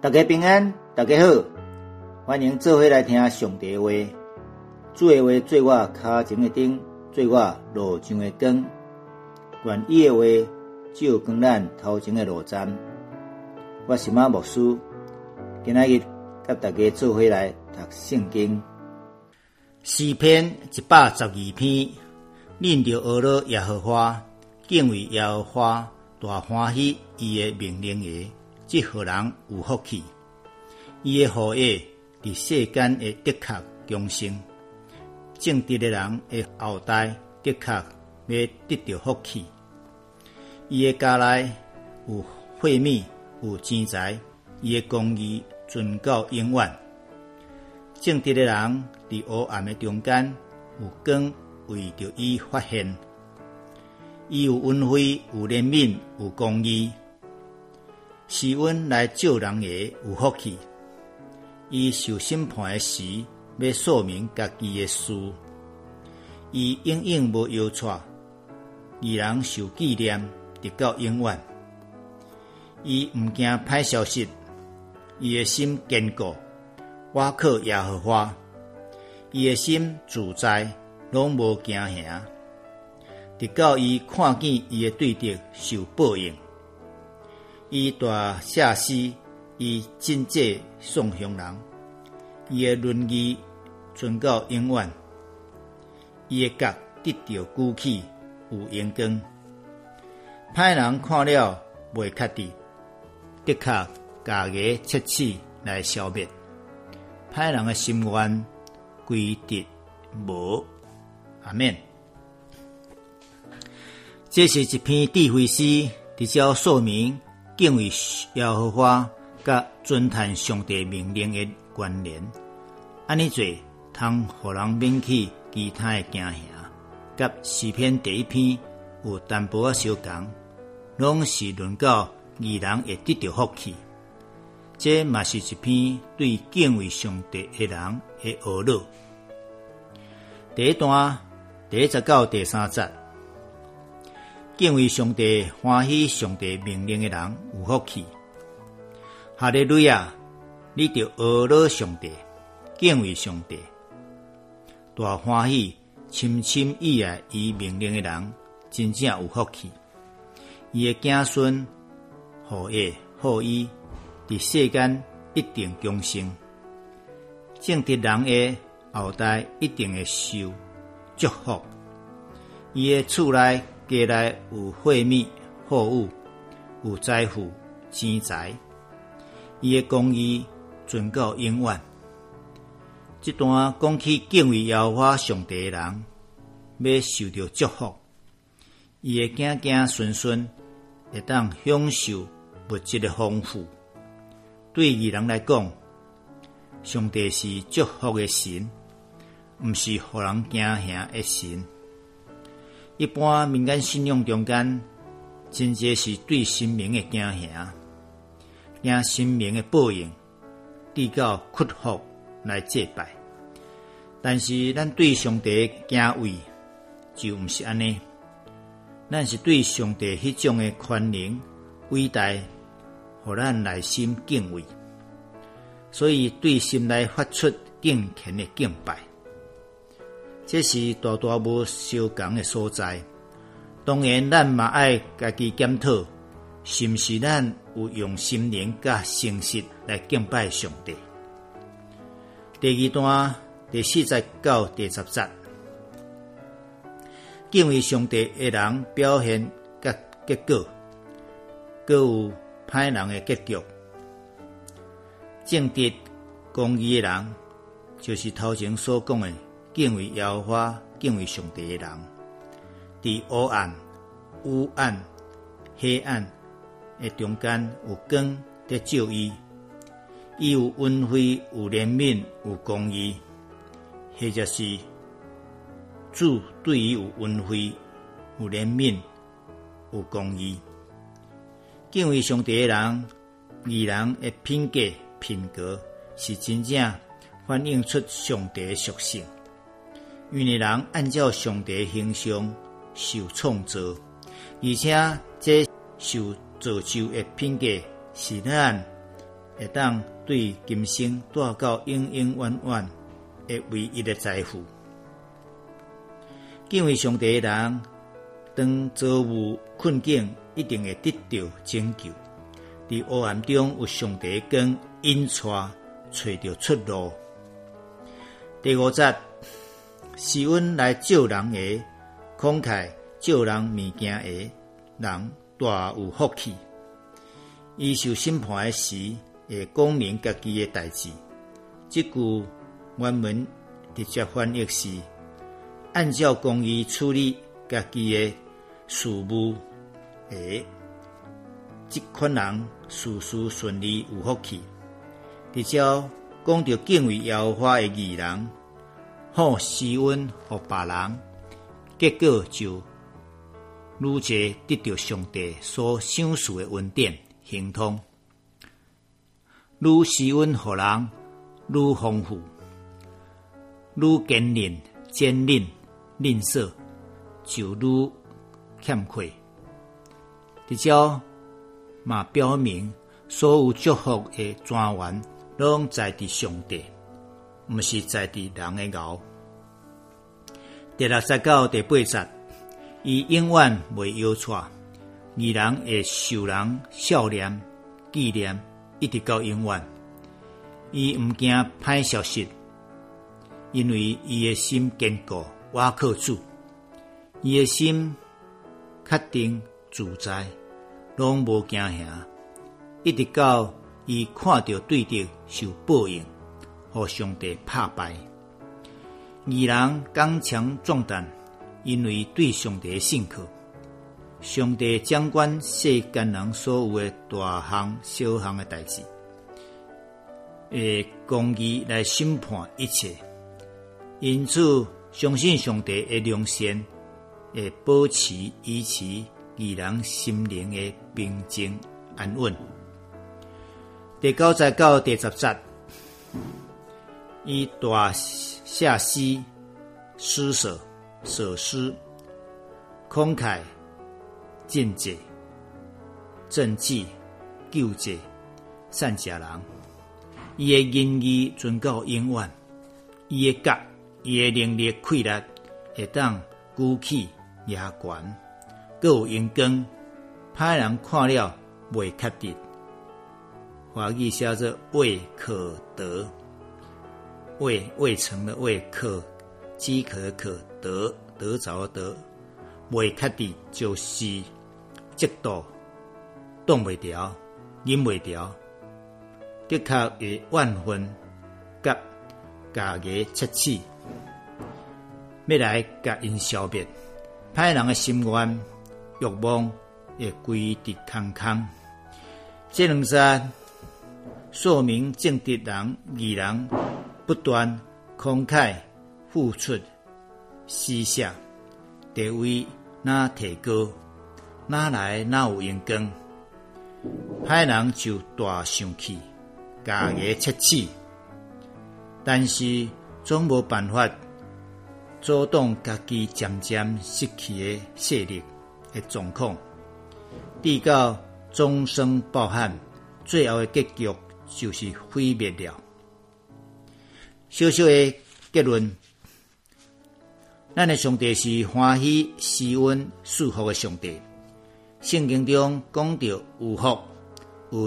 大家平安，大家好，欢迎做伙来听上帝的话。主的话做我脚前的灯，做我路上的光。愿伊的话照光咱头前的路站。我是马牧师，今仔日甲大家做伙来读圣经。 诗篇112篇，恁着学了耶和华，敬畏耶和华，大欢喜伊的命令的，这号人有福气。伊的后裔伫世间会的确强盛，正直的人的后代的确要得到福气。伊的家内有惠美，有钱财，伊的公义存到永远。正直的人伫黑暗的中间，有光为着伊发现。伊有恩惠，有怜悯，有公义，施恩来照人的有福气。伊受审判的时，要说明家己的事。伊永远无摇错，义人受纪念，直到永远。伊毋惊歹消息，伊的心坚固。我靠耶和华，伊的心自在，拢无惊吓。直到伊看见伊的对敌受报应，伊大赦死，伊真济颂雄人，伊的论义存到永远，伊的角得到举起，有阳光。歹人看了袂确定，的确家己切齿来消灭。歹人的心愿归得无。阿免。这是一篇智慧诗，直接说明敬畏耶和华甲尊叹上帝命令的关联。安尼做，通互人免去其他的惊吓，甲诗篇第一篇有淡薄仔相同，拢是论到义人会得到福气。这嘛是一篇对敬畏上帝的人的学录。第一段第19到第3节，敬畏上帝、欢喜上帝命令的人有福气。哈利路亚！你着学了上帝，敬畏上帝，大欢喜，深深意爱伊命令的人，真正有福气。伊的子孙、后裔、后裔，伫世间一定强盛。正直人的后代一定会受祝福。伊的厝内家内有惠美、好物，有财富、钱财。伊的公义存到永远。这段讲起敬畏耶和华上帝的人，要受到祝福。伊的子子孙孙会当享受物质的丰富。对义人来讲，上帝是祝福的神，毋是互人惊吓的神。一般民间信仰中间，真侪是对神明的惊吓，惊神明的报应，直到屈服来祭拜。但是咱对上帝的敬畏就毋是安尼，咱是对上帝迄种的权能、伟大，互咱内心敬畏，所以对心内发出敬虔的敬拜。这是大大无相同的所在。当然，咱嘛爱家己检讨，是毋是咱有用心灵甲诚实来敬拜上帝。第2段第40到第10节，敬畏上帝的人表现甲结果，各有歹人的结局。正直公义的人，就是头前所讲的敬畏耶和华、敬畏上帝的人。伫黑暗、幽暗、黑暗的中间有光在照伊，伊有恩惠、有怜悯、有公义。或者是主对伊有恩惠、有怜悯、有公义。敬畏上帝的人，义人的品格、品格是真正反映出上帝的属性。因为人按照上帝的形象受创造，而且这受造就的品格是咱会当对今生带到永永远远的唯一的财富。敬畏上帝的人，当遭遇困境，一定会得到拯救。伫黑暗中有上帝光引带，找到出路。第五节，施恩来照人的，慷慨照人物件的人大有福气。伊受审判的时，会讲明家己的代志。这句原文直接翻译是：按照公义处理家己的事务的，这款人事事顺利有福气。直接讲到敬畏耶和华的义人，好施恩予别人，结果就愈侪得到上帝所赏赐的恩典亨通。愈施恩予人，愈丰富，愈坚韧、坚韧、吝啬，就愈欠缺。直接嘛表明，所有祝福的泉源拢在伫上帝，毋是在伫人的熬。第六节到第八节，伊永远袂摇错，义人会受人笑念、纪念，一直到永远。伊毋惊歹消息，因为伊的心坚固，倚靠主。伊的心确定自在，拢无惊吓，一直到伊看到对敌受报应，互上帝拍败。义人刚强壮胆，因为对上帝的信靠。上帝掌管世间人所有的大项小项的代志，公义来审判一切。因此，相信上帝的良善会保持维持义人心灵的平静安稳。第九节到第十节，以大下施施舍、舍施、慷慨、尽节、正济、救济、善食人。伊的言语存到永远，伊的角、伊的能力气力会当举起压悬，各有阳光，歹人看了袂确定。华语写作未可得，未成的未，可饥渴的渴，得着的得，未确定就是嫉妒，挡袂牢，忍袂牢，的确会万分甲家己切齿，要来甲因消灭。歹人的心愿、欲望会归伫空空。这两节说明正直人、义人不断慷慨付出、施舍，地位哪提高，哪来哪有阳光。歹人就大生气，家己切齿，但是总无办法阻挡家己渐渐失去的势力的状况，直到终生抱憾，最后的结局就是毁灭了。小小的结论，咱的上帝是欢喜施恩赐福的上帝。圣经中讲到有福有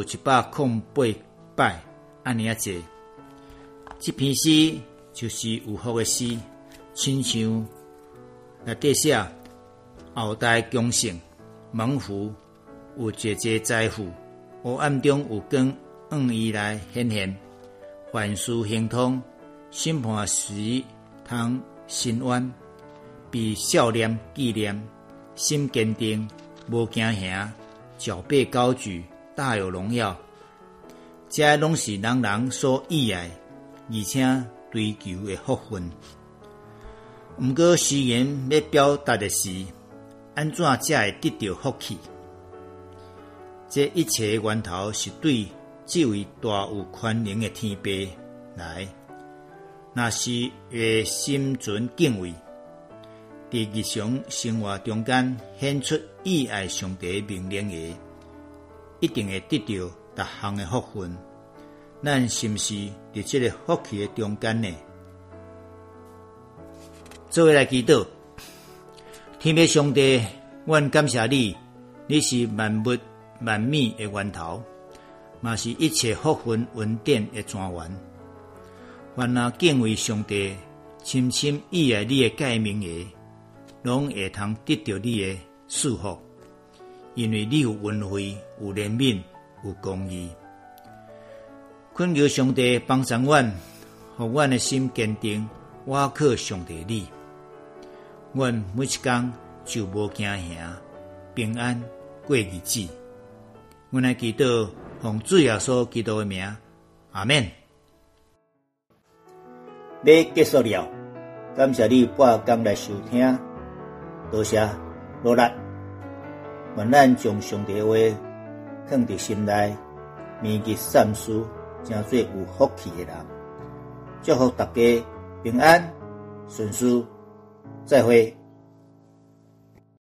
108摆，安尼啊济。这篇诗就是有福的诗，亲像内底写后代强盛蒙福，有济财富，黑暗中有光往伊来显现，凡事亨通，审判时通伸冤，被笑脸纪念，心坚定，无惊吓，脚背高举，大有荣耀。这拢是人人所喜爱，而且追求的福分。毋过诗言要表达的是，安怎才会得到福气？这一切的源头是对这位大有权能的天父来。若是会心存敬畏，伫日常生活中间显出意爱上帝命令的，一定会得到逐项的福分， 咱是毋是伫这个福气的中间呢？做伙来祈祷，天父上帝，阮感谢你，你是万物万米的源头，嘛是一切福分恩典的泉源。凡那敬畏上帝、深深依赖你的诫命的，拢会通得到你的赐福，因为你有恩惠、有怜悯、有公义。恳求上帝帮助阮，互阮的心坚定，倚靠上帝你。阮每一天就无惊吓，平安过日子。阮来祈祷，奉主耶稣基督的名，阿们。 要结束了，感谢你半工来收听，多谢努力。愿咱将上帝的话放伫心内，铭记善事，成做有福气的人。祝福大家平安顺遂，再会。